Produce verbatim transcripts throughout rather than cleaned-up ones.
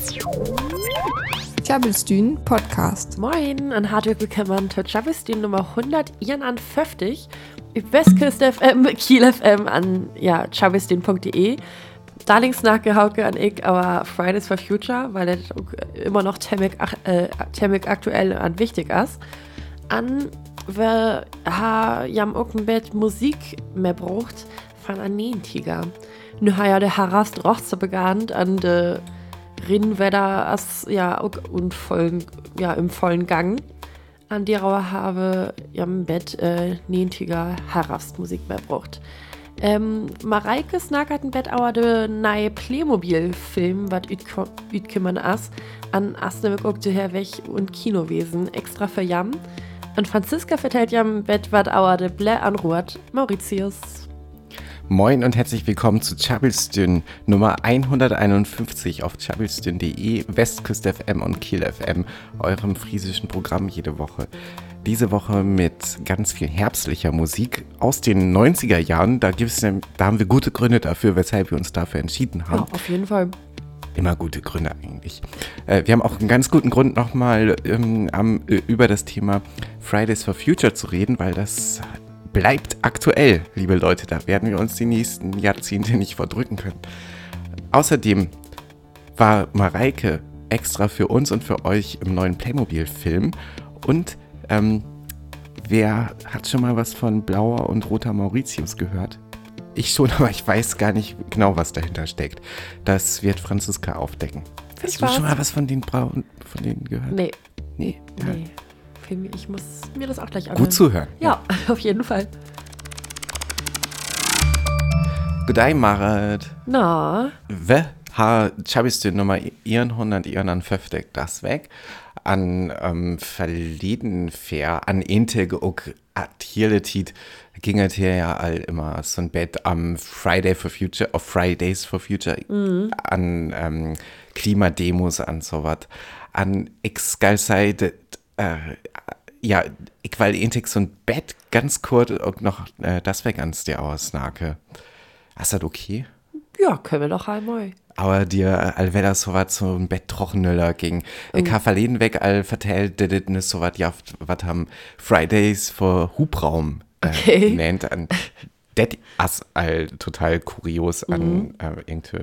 Tjabelstyn Podcast. Moin und hartelijk willkommen zu Tjabelstyn Nummer hunderteinundfünfzig über Westküste F M, Kiel F M an ja, tjabelstyn punkt de. Da links nachgehauke an ich, aber Fridays for Future, weil das immer noch ziemlich äh, aktuell und wichtig ist. An wir ha jam auch ein Bett Musik mehr braucht von einem Nähentiger. Nu ha ja der Harast roch so begann an de Rinnwetter as ja auch und vollen, ja im vollen Gang. An der Rauer habe jam Bett äh, Nähentiger Harast Musik mehr braucht. Ähm, Mareike snackert ein Bett aber de neue Playmobil-Film, was ütkümmern as, an Asnewek auch zu Herweg und Kinowesen extra für jam. Und Franziska vertellt jam Bett, wat auer de Blä anruht. Mauritius. Moin und herzlich willkommen zu Tjabelstyn Nummer hunderteinundfünfzig auf tjabelstyn punkt de, Westküste F M und Kiel F M, eurem friesischen Programm jede Woche. Diese Woche mit ganz viel herbstlicher Musik aus den neunziger Jahren. Da, gibt's, da haben wir gute Gründe dafür, weshalb wir uns dafür entschieden haben. Ja, auf jeden Fall. Immer gute Gründe eigentlich. Äh, wir haben auch einen ganz guten Grund, nochmal ähm, am, äh, über das Thema Fridays for Future zu reden, weil das bleibt aktuell, liebe Leute. Da werden wir uns die nächsten Jahrzehnte nicht verdrücken können. Außerdem war Mareike extra für uns und für euch im neuen Playmobil-Film. Und ähm, wer hat schon mal was von Blauer und Roter Mauritius gehört? Ich schon, aber ich weiß gar nicht genau, was dahinter steckt. Das wird Franziska aufdecken. Viel Hast Spaß. du schon mal was von den Braun, von denen gehört? Nee. Nee. Ja. Nee. Ich muss mir das auch gleich anhören. Gut zuhören. Ja, auf jeden Fall. G'day, Marit. Na? We ha Tjabelstyn Nummer hunderteinundfünfzig das weg. An ähm, verleden fair, an Intel auch Athieletit ging es hier ja all immer so ein Bett am Friday for Future, auf Fridays for Future, mhm. an ähm, Klimademos, an sowas, an X-Geilseite, äh, ja, ich weil Intel so ein Bett ganz kurz auch noch äh, das weg ans dir ausnake. Ist das okay? Ja, können wir doch einmal. Aber dir, all wenn das so was so ein Bett Trockenöller ging. Mhm. Ich habe verleden weg all vertellt, dass das nicht so was jaft, was haben Fridays for Hubraum äh, okay. nennt. An das ist all total kurios an mhm. äh, irgendwie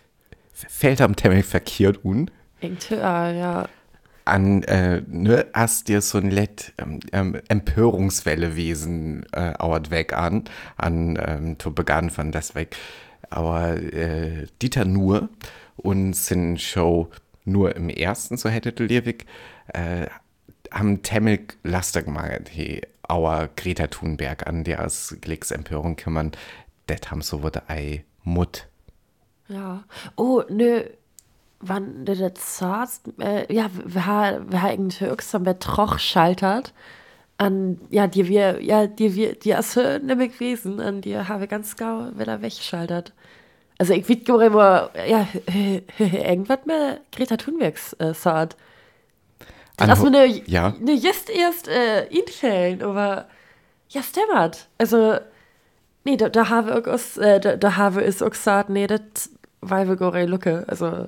fällt am Temmel verkehrt un. Irgendwie, ah, ja. An, äh, ne, hast dir so ein Let ähm, ähm, Empörungswelle wesen äh, auert weg an, an, ähm, to begann von das weg. Aber äh, Dieter Nuhr und sin Show nur im ersten, so hätte du Lewig, äh, haben Temmel Laster gemacht, he, auer Greta Thunberg an, der aus Glicks Empörung kümmern, det haben so wurde ei Mut. Ja. Oh, nö. Wann der das saß, äh, ja, wer wer irgendwie höchstens bei Troch schaltert, an, ja, die wir, ja, die wir, die ist nämlich gewesen, an die habe ganz gau wieder wegschaltet. Also ich weiß gar immer, ja, irgendwas mit Greta Thunbergs äh, sagt. Lass mir ne, ja. ne just erst äh, infällen, aber ja, stimmert. Also, nee, da, da habe ich, äh, da, da habe ich auch gesagt, nee, das, weil wir gore lucke, also.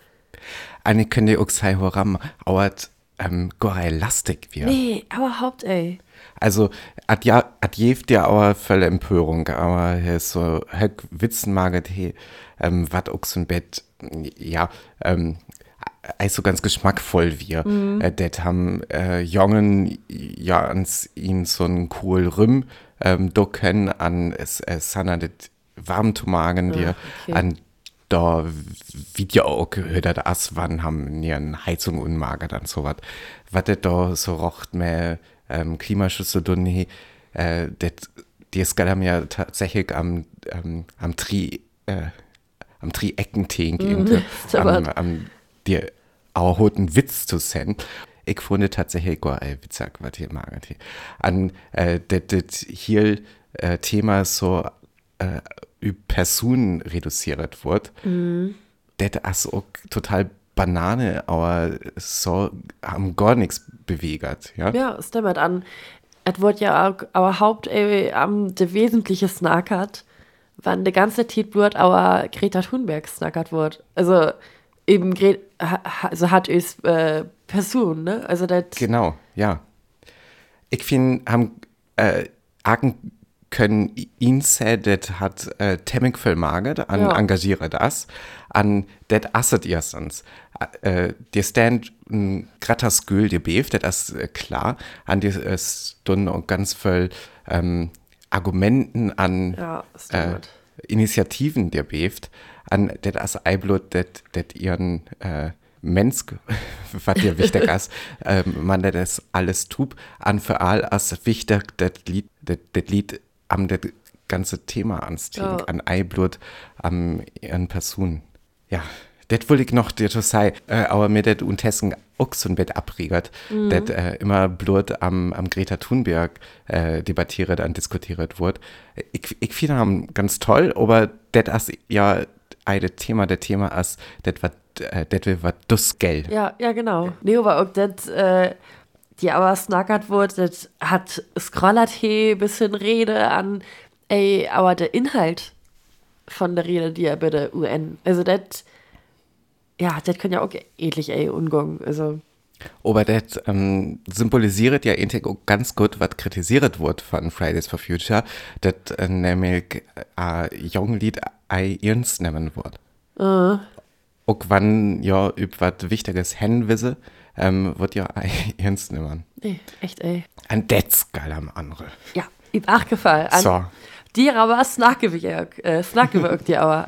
Eine könnte auch sein, woran auert ähm, gore lastig wird. Nee, aber Haupt, ey. Also, at ja, at jeft ja auch volle Empörung, aber he so, he witzen maget, he, ähm, wat auch so ein Bett, ja, ähm, also ganz geschmackvoll wir. Mhm. Äh, det haben äh, Jungen ja ans ihn so ein cool Rüm ähm, docken an es es sana det warm zu magen wir okay. an da Video auch gehört das wann haben ihren Heizung unmagert und so was. Was det da so rocht mehr ähm, Klimaschutz und nee, äh, det die Skalam ja tatsächlich am ähm, am Tri äh, am Tri-Ecken-Tank mhm. am, am dir auch einen Witz zu senden. Ich finde tatsächlich gar ein Witz, was hier mag. An äh, das hier äh, Thema so äh, über Personen reduziert wird, mhm. das ist auch total Banane, aber so haben gar nichts bewegt. Ja, ja es stimmt an. Es wird ja auch, aber Haupt äh, am de wesentliche snackert, wann de ganze Tit wird, aber Greta Thunberg snackert wird. Also eben gre- ha- also hat es äh, Person, ne? Also das. Genau, ja. Ich finde, haben äh, Agen können ihn sehen, das hat äh, temmig viel Maget an Ja. engagiere das, an das asset erstens. Äh, dir stand ein gratas Göl, dir beeft, das ist äh, klar, an dir ist dann auch ganz viel ähm, Argumenten an Ja, das äh, stimmt. Initiativen, der beeft, an das as Eiblut, das ihren äh, Mensch, was dir wichtig ist, ähm, man der das alles tut, an für all as wichtig, das Lied, das Lied am das ganze Thema anstehen, Ja. an Eiblut, am ihren Person. Ja, das will ich noch dir zu sagen, äh, aber mir das unterdessen auch so ein Bett abregert, Mhm. das äh, immer Blut am, am Greta Thunberg äh, debattiert und diskutiert wird. Ich, ich finde ihn ganz toll, aber das ist ja ein Thema, das Thema ist, das was äh, das will was das Geld. Ja, ja, genau. Nee, aber auch das, äh, die aber snackert wird, das hat scrollert he bisschen Rede an, ey, aber der Inhalt von der Rede, die er bei der U N, also das, ja, das kann ja auch ähnlich, ey, Ungung, also. Aber das ähm, symbolisiert ja eigentlich auch ganz gut, was kritisiert wird von Fridays for Future, das äh, nämlich ein äh, Junglied ei ernst nehmen wird. Äh, Auch wann ja über was Wichtiges hinwisse, ähm, wird ja ei ernst nehmen. nee, echt, ey. Ein Detzgeil am andere. Ja, ihm auch gefallen. An So, dir aber snackgewirkt, äh, snackgewirkt, dir aber.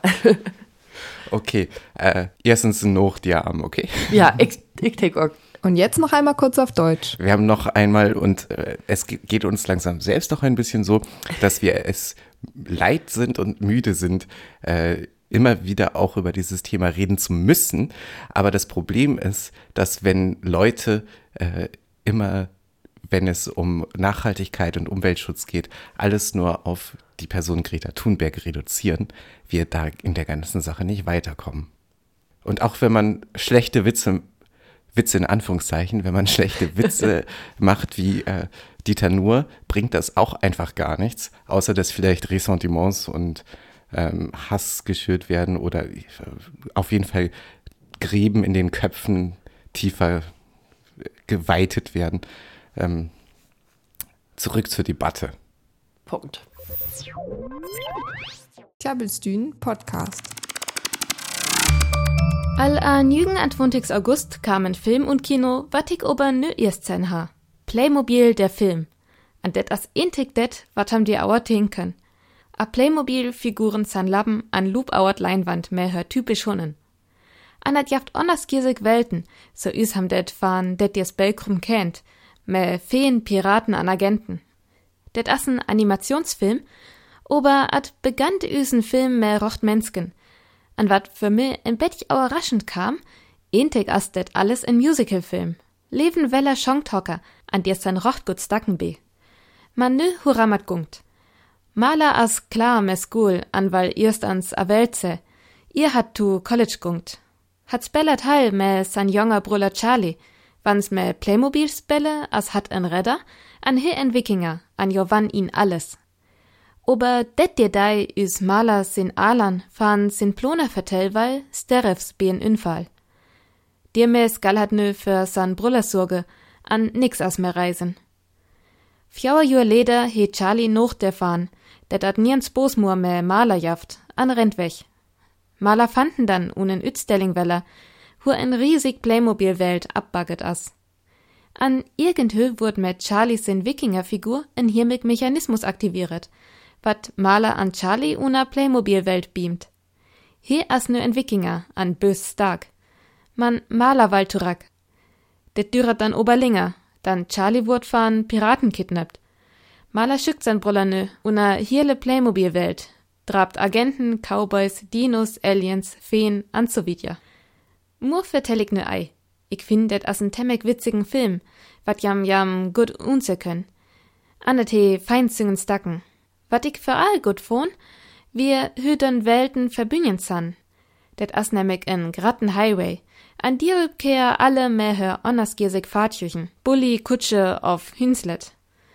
okay. Äh, erstens noch die Arm, okay? Ja, ich, ich take auch. Und jetzt noch einmal kurz auf Deutsch. Wir haben noch einmal, und äh, es ge- geht uns langsam selbst auch ein bisschen so, dass wir es leid sind und müde sind, äh, immer wieder auch über dieses Thema reden zu müssen. Aber das Problem ist, dass wenn Leute äh, immer, wenn es um Nachhaltigkeit und Umweltschutz geht, alles nur auf die Person Greta Thunberg reduzieren, wir da in der ganzen Sache nicht weiterkommen. Und auch wenn man schlechte Witze Witze in Anführungszeichen, wenn man schlechte Witze macht wie äh, Dieter Nuhr, bringt das auch einfach gar nichts, außer dass vielleicht Ressentiments und ähm, Hass geschürt werden oder äh, auf jeden Fall Gräben in den Köpfen tiefer geweitet werden. Ähm, zurück zur Debatte. Punkt. Klabbelstühn Podcast. All an Jügen an zwanzigsten August kamen Film und Kino, wat ich ober nö erst sein ha. Playmobil, der Film. An det as intig det, wat ham die auer tinken. A Playmobil-Figuren san Lappen an Loop auert Leinwand mehr hör typisch hunnen. An dat jaft onners giesig Welten, so üs ham det van det dies Belkrum kennt, mehr Feen, Piraten an Agenten. Det as ein Animationsfilm, ober at begannte üsen Film mehr rocht Mensken. An wat für mich ein bisschen überraschend kam, ähnlich as det alles ein Musicalfilm. Leven weller Schongtocker, an dir sein rocht gut stacken be. Man nö huramat gungt. Maler as klar me School, an weil erst ans Avelze. Ihr hat tu College gungt. Hat spellert heil me san jonger Bruller Charlie, wann's me Playmobil spelle, as hat ein Redder, an he ein Wikinger, an jo wann ihn alles. Aber det dir dei üs Maler sin Alan fahren sin Ploner vertell, weil Sterefs bien Unfall. Dir mes gal hat nö für san Bruller sorge, an nix as mehr reisen. Fjauer Jür leder he Charlie noch der fahren, det at nirns Bosmur mehr Maler jaft, an rennt weg. Maler fanden dann unen Ütstellingweller, hu ein riesig Playmobil-Welt abbagget as. An irgendhö wurd mit Charlie sin Wikingerfigur en hiermig Mechanismus aktiviert, wat Maler an Charlie una Playmobil-Welt beamt. He as nö en Wikinger, an bös stark. Man Maler Walturak. Det düret dann Oberlinger, dann Charlie wurd van Piraten kidnappt. Maler schickt sein Bruller nö, una hierle Playmobil-Welt, drabt Agenten, Cowboys, Dinos, Aliens, Feen, an so vidja. Mur vertell ich nö ei. Ich find det as en temmek witzigen Film, wat jam jam gut unse können. Anet he fein züngen stacken. Wat ich für all gut fon, wir hüdern Welten verbünjen san. Det as nämlich en gratten Highway. An dir kehr alle mehr onnersgiesig Fahrtüchen, Bulli, Kutsche auf Hünslet.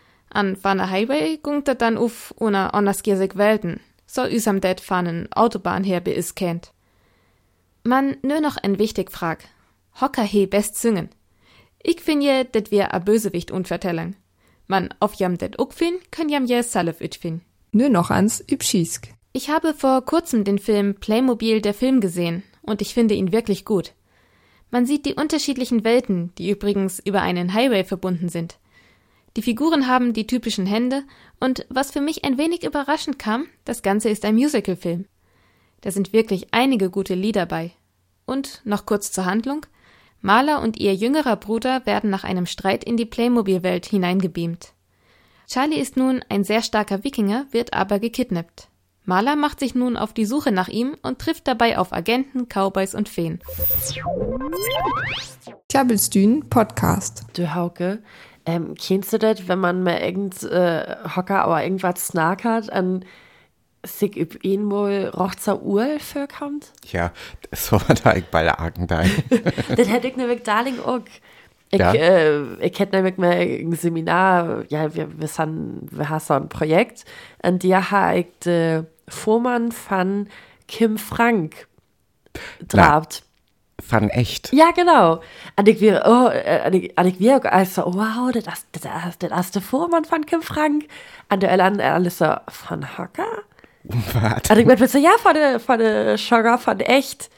An fahne Highway gungt dat dann uf una onnersgiesig Welten. So üsam det fahnen Autobahn her be is kennt. Man, nur noch ein wichtig Frag. Hocker he best singen. Ich finde, dat wir a Bösewicht unvertellen. Man, auf jam det ook fin, kann jam je salf it fin. Nur noch ans Übschiesk. Ich habe vor kurzem den Film Playmobil, der Film gesehen und ich finde ihn wirklich gut. Man sieht die unterschiedlichen Welten, die übrigens über einen Highway verbunden sind. Die Figuren haben die typischen Hände und was für mich ein wenig überraschend kam, das Ganze ist ein Musicalfilm. Da sind wirklich einige gute Lieder bei. Und, noch kurz zur Handlung, Marla und ihr jüngerer Bruder werden nach einem Streit in die Playmobil-Welt hineingebeamt. Charlie ist nun ein sehr starker Wikinger, wird aber gekidnappt. Marla macht sich nun auf die Suche nach ihm und trifft dabei auf Agenten, Cowboys und Feen. Klabbelstühn Podcast. Du Hauke, ähm, kennst du das, wenn man mal irgend äh, Hocker oder irgendwas snackert an sich üb ihn mal rochzer Uhr vorkommt? Ja, so war da ich bei der Argendei. Das hätte ich nämlich darling auch. Ich, Ja. äh, ich hätte nämlich mal ein Seminar, ja, wir, wir, sind, wir haben so ein Projekt, an der habe ich den Vormann von Kim Frank drabt. Fand echt. Ja, genau. Und ich wäre, oh, äh, und ich, und ich wäre also, wow, das ist das, das ist der Vormann von Kim Frank. Und der anderen alles so, von Hocker? Was? Und ich mir so, ja, von der, von der Sugar, von echt.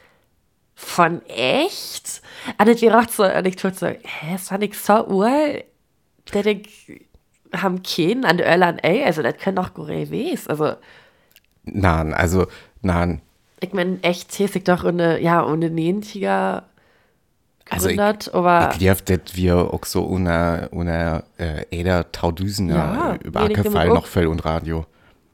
Von echt? Und ich wäre auch so, und ich tut so, hä, ist das nicht so ur, der ich haben keinen an der Irland, ey, also das können doch gore wes. Also, Nein, also, nein. ich meine, echt zählt sich doch ohne, ja, ohne Nehntiger Also ich- gegründet, aber. Ich glaube, dass wir auch so ohne, ohne äh, Eder Taudüsen Ja, über wenig Ackerfall genug. noch Fell und Radio.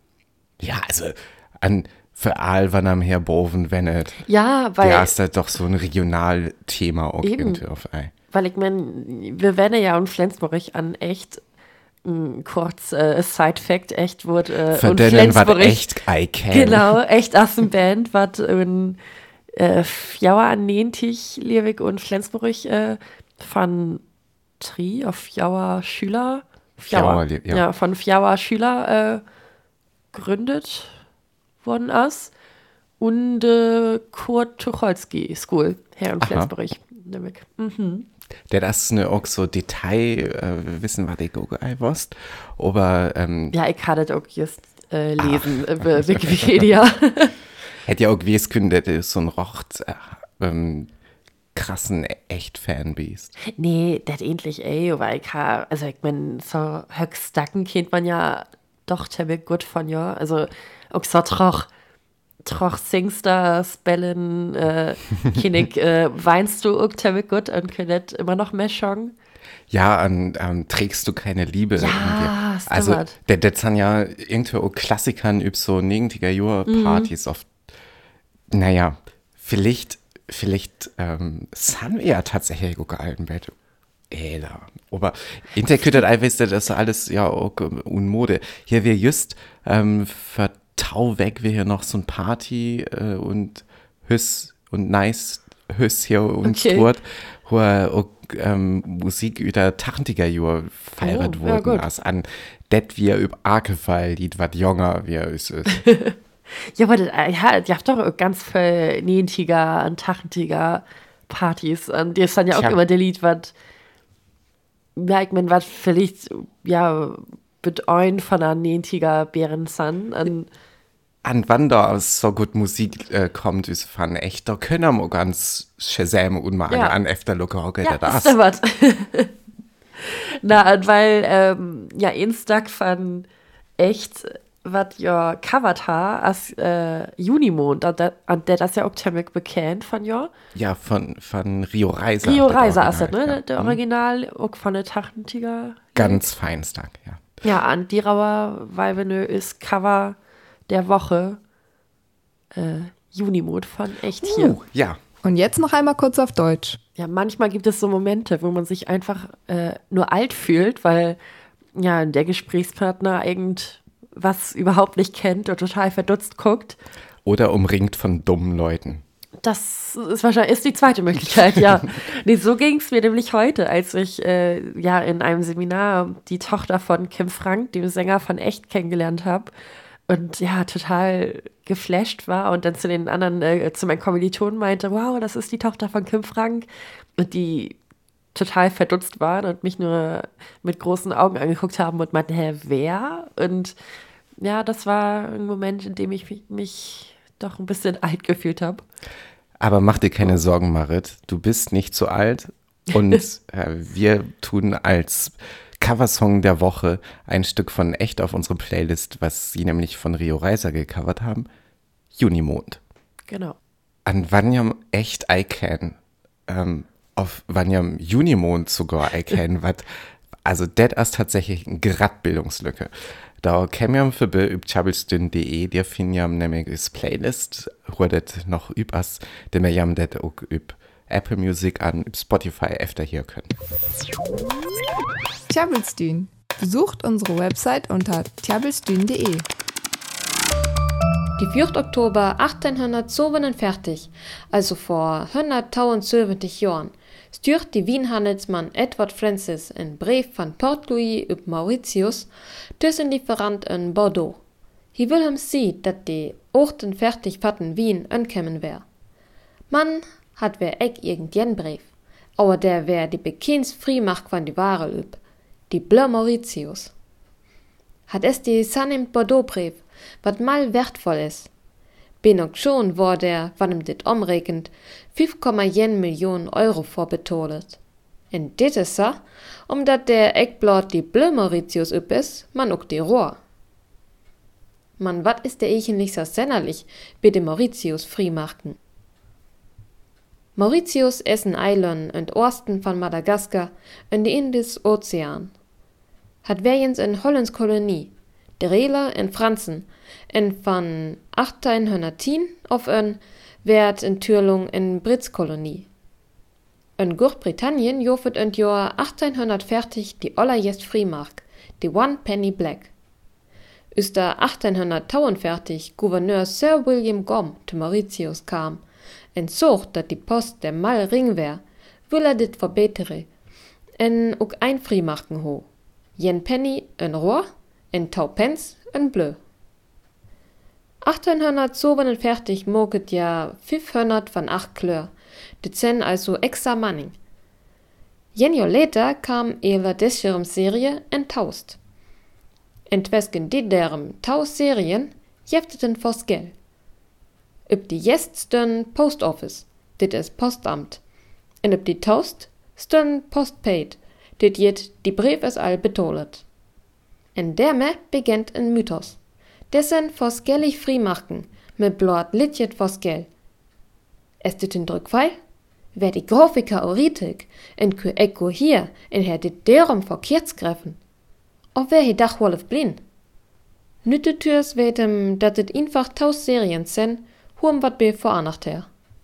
Ja, also an für all wann am Herr Boven wennet. Ja, weil. Ja, ist das doch so ein Regionalthema auch Eben. irgendwie auf ei. Weil ich meine, wir werden ja in Flensburg an echt, m, kurz äh, Side-Fact, echt wurde äh, Für in denen was Flensburg- echt ei kenn. Genau, echt aus dem Band, was in äh, Fjauer an Nentich, Liebig und Flensburg äh, von Tri auf Fjauer Schüler, Fjauer, ja. ja, von Fjauer Schüler äh, gegründet worden ist. Und äh, Kurt Tucholsky School hier in Aha. Flensburg. Nämlich. Mhm. Der das ne auch so Detail äh, wissen, was ich auch ei wusst. Aber ähm, Ja, ich hatte das auch just äh, lesen über Wikipedia. hätte ja auch gewesen können, dass du so ein rocht äh, ähm, krassen echt-Fan bist. Nee, das ähnlich, ey, weil ich ha, also ich mein, so Höchstacken kennt man ja doch ziemlich gut von, ja. Also auch so troch, troch singst da, spellen, äh, kenn ich, äh, weinst du auch ziemlich gut und könnt immer noch mehr schauen. Ja, an ähm, trägst du keine Liebe. Ja, irgendwie. stimmt. Also, der, der sind ja irgendwie auch Klassikern über so neunziger Jahre Partys Mhm. oft. Naja, vielleicht, vielleicht ähm, sind wir ja tatsächlich auch alten Bett. Äder. Aber interküttet wisst ihr, das ist alles ja auch ähm, unmode. Hier wir just ähm, für Tau weg, wir hier noch so ein Party äh, und Hüss und nice Hüss hier und Okay. Sturt, wo er auch ähm, Musik über tausender Jahre feiert Oh, ja, wurden. gut. als an det wir über Arkefall, Lied, was jünger wie er ist. ist. Ja, aber das, äh, ja, die habt doch auch ganz viel Neentiger und Tachentiger Partys und die ist dann ja auch Tja. immer der Lied, was, ja, ich mein, was vielleicht, ja, mit ein von einer Neentiger Bären sind und An wann da so gut Musik äh, kommt, ist von echt, da können wir auch ganz Shazam und mal Ja. an efter Lucke hocken, ja, das. ist da was. Na, und weil, ähm, ja, Instag von echt, was ja covered ha, als äh, Junimond, und der, und der das ja auch ziemlich bekannt von ja. Ja, von, von Rio Reiser. Rio das Reiser ist das, Original, ne? ja. Der Mhm. Original, auch von der Tachentiger. Ganz feinstark, ja. Ja, an die Rauer Weibenö ist Cover der Woche äh, Junimond von echt hier. Uh, ja. Und jetzt noch einmal kurz auf Deutsch. Ja, manchmal gibt es so Momente, wo man sich einfach äh, nur alt fühlt, weil ja der Gesprächspartner irgendwas überhaupt nicht kennt und total verdutzt guckt. Oder umringt von dummen Leuten. Das ist wahrscheinlich ist die zweite Möglichkeit, ja. Nee, so ging es mir nämlich heute, als ich äh, ja in einem Seminar die Tochter von Kim Frank, dem Sänger von Echt, kennengelernt habe. und ja, total geflasht war und dann zu den anderen, äh, zu meinen Kommilitonen meinte, wow, das ist die Tochter von Kim Frank. Und die total verdutzt waren und mich nur mit großen Augen angeguckt haben und meinten, hä, wer? Und ja, das war ein Moment, in dem ich mich, mich doch ein bisschen alt gefühlt habe. Aber mach dir keine Sorgen, Marit, du bist nicht zu alt und äh, wir tun als Coversong der Woche ein Stück von Echt auf unsere Playlist, was sie nämlich von Rio Reiser gecovert haben, Junimond. Genau. An Wanjam Echt I Can, ähm, auf Wanjam Junimond sogar I Can, wat, also das ist tatsächlich eine Gradbildungslücke. Da kämen für be üb chabelstün punkt de, der finjam nämlich is Playlist, wo das noch übers, dem wir jam das auch üb Apple Music an, üb Spotify öfter hier können. Tjabelstün. Besucht unsere Website unter tjabelstün punkt de. Die vierten Oktober achtzehnhundertzweiundvierzig, also vor hundertzweiundsiebzig Jahren, stürzt die Wienhandelsmann Edward Francis een Brief von Port Louis op Mauritius tussen Lieferant in Bordeaux. Hij wil hem zien dat die achtundvierzig fatten Wien ankommen wär. Man hat wer eck irgendein Brief, aber der wär die bekendste Freimacht von die Ware üb, die Bleu Mauritius. Hat es die San im Bordeaux-Brief, wat mal wertvoll is. Bin auch schon war der, wann ihm dit omrekend, fünf Komma eins Millionen Euro vorbetolet. En dit is so, omdat der Eckblatt die Bleu Mauritius üb is, man auch die Rohr. Man, wat is der eigentlich so sennerlich, bei de Mauritius Freimachten? Mauritius is ein Eiland in Osten von Madagaskar in die Indische Ozean. Hat wärjens in Hollands Kolonie, de Reler in Franzen, en van achtzehnhundertzehn auf en werd in Türlung in Britskolonie. In Großbritannien jofet in Jahr achtzehnhundertvierzig die allererst Freimark, die One Penny Black. Üster achtzehnhundertzweiundvierzig Gouverneur Sir William Gom zu Mauritius kam, en zocht dat die Post der mal ring wär, will er dit verbetere, en ook ein Freimarken ho. Jen Penny en Rohr, en Tau Pence en Bleu. achtzehnhundertzweiundvierzig moget ja fünfhundert van acht Kleur, dit zijn also extra Manning. Jen Jahr later kam ihre Deschirm-Serie en Taust. Entwesken die derem Taust-Serien jefteten vors Geld. Üb die Jest stön Post Office, dit is Postamt. En üb die Taust stön Postpaid, dit jet die Brief is all betolet. En derme beginnt ein Mythos. Dessen vors Gellig Freimarken, mit blot litjet vors Gel. Es dit in Drückfeil? Wer die Grafiker auritig, en kü ekko hier, en her dit derum verkehrsgreffen. Of wer he dach wolf blind? Nütte türs wetem, dat dit einfach taus Serien sen, hum wat be veranacht her.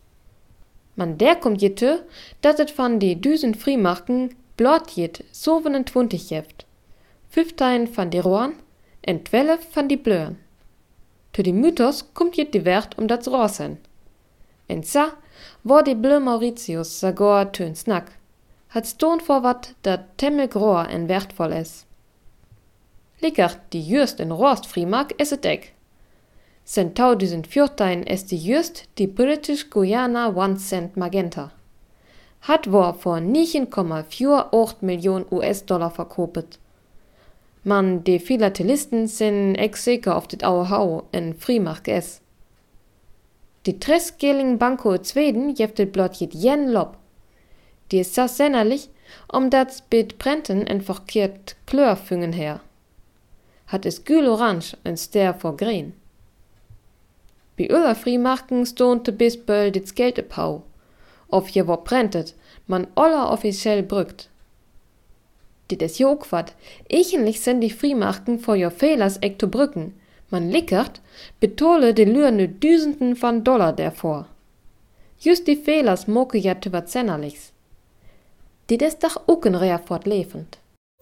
Man der kommt jetö, dat dit van die düsen Freimarken blot jet siebenundzwanzig jeft. fünfzehn van die Rohren, en zwölf van die Blöen. Zu die Mythos kommt jet die Wert um dat Rohrsen. En sa war die Bleu Mauritius sogar tön snack. Hat stond vor wat dat temmig Rohr en wertvoll is. Likert die jüst in Rohrst Freimark is et eck. Sen tausendvierzehn is die jüst die British Guyana One Cent Magenta. Hat war vor negen Komma acht Millionen U S-Dollar verkopet. Man, die Philatelisten sind ex sicher auf dit aue Hau in Freimark es. Die Treskgeling Banco in Schweden jeftet blot jet jen Lob. Die ist so sennerlich, um dat bit Prenten en verkehrt Klör füngen her. Hat es gül orange en ster vor green. Bei öller Freimarken stonte bis böll dit Geld ep Hau. Auf je wo prentet, man aller offiziell brückt. Dit is jok wat, eigentlich sind die Freimarken vor jo Fehlers eck zu brücken. Man lickert, betole de lürne Düsenden van Dollar davor. Just die Fehlers moke ja zu wat sennerlichs. Dit is doch ook een rea fortlevend.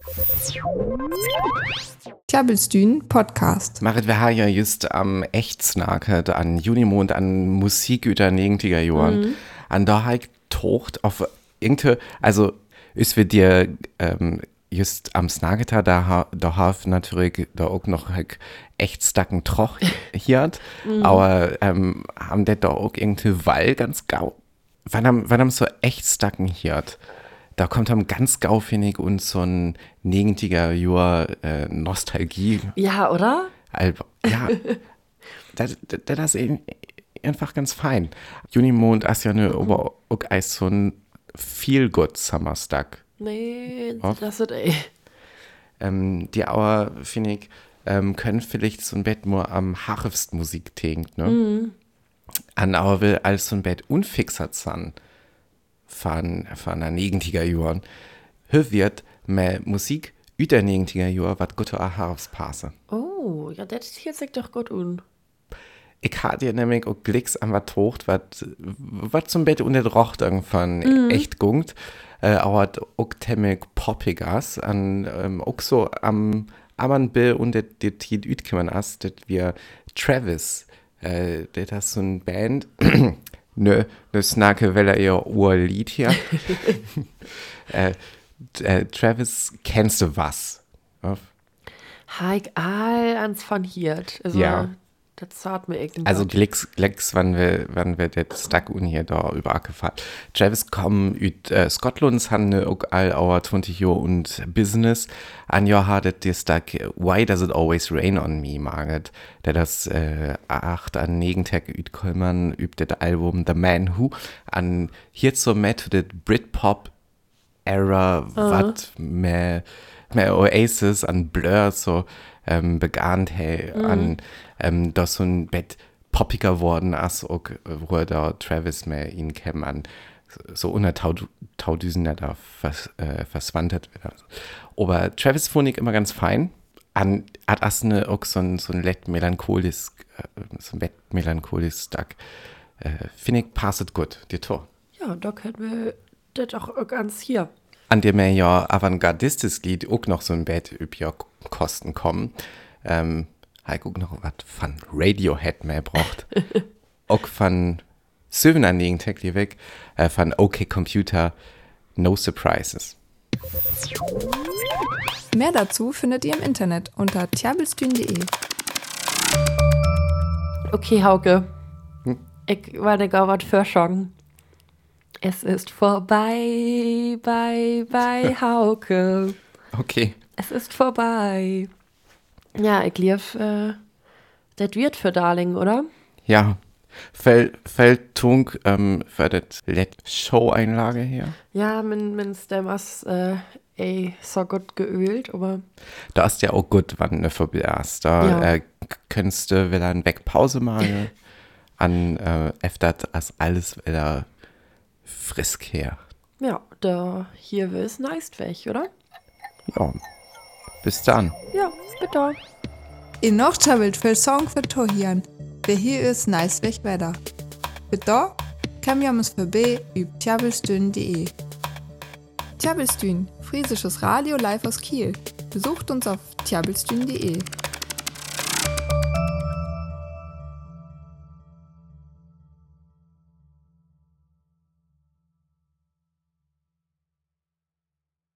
Tjabelstün Podcast. Marit, wir haben ja just am Echtsnaket an Junimond an Musik über negenziger Jahren. Mhm. An da halt tocht auf irgende, also ist wir dir ähm, just am Snageta, da, ha, da hat natürlich da auch noch echt stacken Troch hier, mhm. aber ähm, haben der da auch irgendwie Wall ganz gau. Wann haben, wann haben so echt stacken hier? Da kommt haben ganz gaufinnig und so ein neunziger Jahr äh, Nostalgie. Ja, oder? Alba. Ja, das, das, das ist einfach ganz fein. Junimond ist ja ne, aber auch als so ein Feel-Good-Summer-Stack. Nee, das ist ey. Ähm, die Auer, finde ich, ähm, können vielleicht so ein Bett nur am harfst Musik tinkt, ne? Mhm. An Auer will als so ein Bett unfixert sein von, von der neunziger Jahren. Hör wird mehr Musik über neunziger Jahre, was gute Harfs passe. Oh, ja, das hier sich doch gut un. Ich hatte ja nämlich auch Glicks an was hocht, was zum Bett unter Drocht irgendwann mhm. echt gungt. Äh, aber auch ziemlich poppigas an ähm, auch so am am Bill und der der Tiet ütkümmern ist, dass wir Travis, äh, der das so ein Band, ne ne Snake, weil er ihr Urlied hier. äh, äh, Travis, kennst du was? Ja. Heik all ans von hier. Also, ja. Das sagt mir irgendwie. Also Glicks, Glicks, wann wir, wann wir das Stack un hier da übergefahren. Travis kommen üt äh, Scotlands han auch all our zwanzig Jahre und Business. An Jahr hat der Stack Why Does It Always Rain on Me maget, der das äh, acht an Negentag üt Kolman übt das Album The Man Who an hier zur Method Britpop Era uh-huh. wat mehr mehr Oasis an Blur so ähm, begann hey mm. an ähm, das so ein Bett poppiger worden als auch, wo er da Travis mehr ihn käme an so unter Taudüsen da vers, äh, verschwandert wird. Aber Travis fand ich immer ganz fein. An hat as ne auch so ein so ein Lett melancholisch äh, so ein Bett melancholisch Stack. Äh, finde ich passet gut die Tor. Ja, da können wir das auch ganz hier. An dem er ja avantgardistisches Lied auch noch so ein Bett über Kosten kommen. Ähm, ich auch noch was von Radiohead mehr braucht. Auch von Söven an den Tag weg, äh, von OK Computer, No Surprises. Mehr dazu findet ihr im Internet unter tjabelstühn punkt de. Okay, Hauke. Hm? Ich war der Gauwart verschocken. Es ist vorbei, bei, bei Hauke. Okay. Es ist vorbei. Ja, ich lief, äh, das wird für Darling, oder? Ja. Feldtunk ähm, für das Let-Show-Einlage hier. Ja, mein, mein Stem ist äh, ey, so gut geölt, aber... Da ist ja auch gut, wann du vorbei ist. Da ja. äh, könntest du wieder eine Wegpause machen. An äh, öfter als alles wieder frisk her. Ja, da hier will es nice weg, oder? Ja, bis dann. Ja, bitte. In noch tjabelt für Song für Tohian. Wer hier ist, nice weg weiter. Bitte, kann wir uns vorbei über tjabelstühn punkt de. Tjabelstühn, friesisches Radio live aus Kiel. Besucht uns auf tjabelstühn punkt de.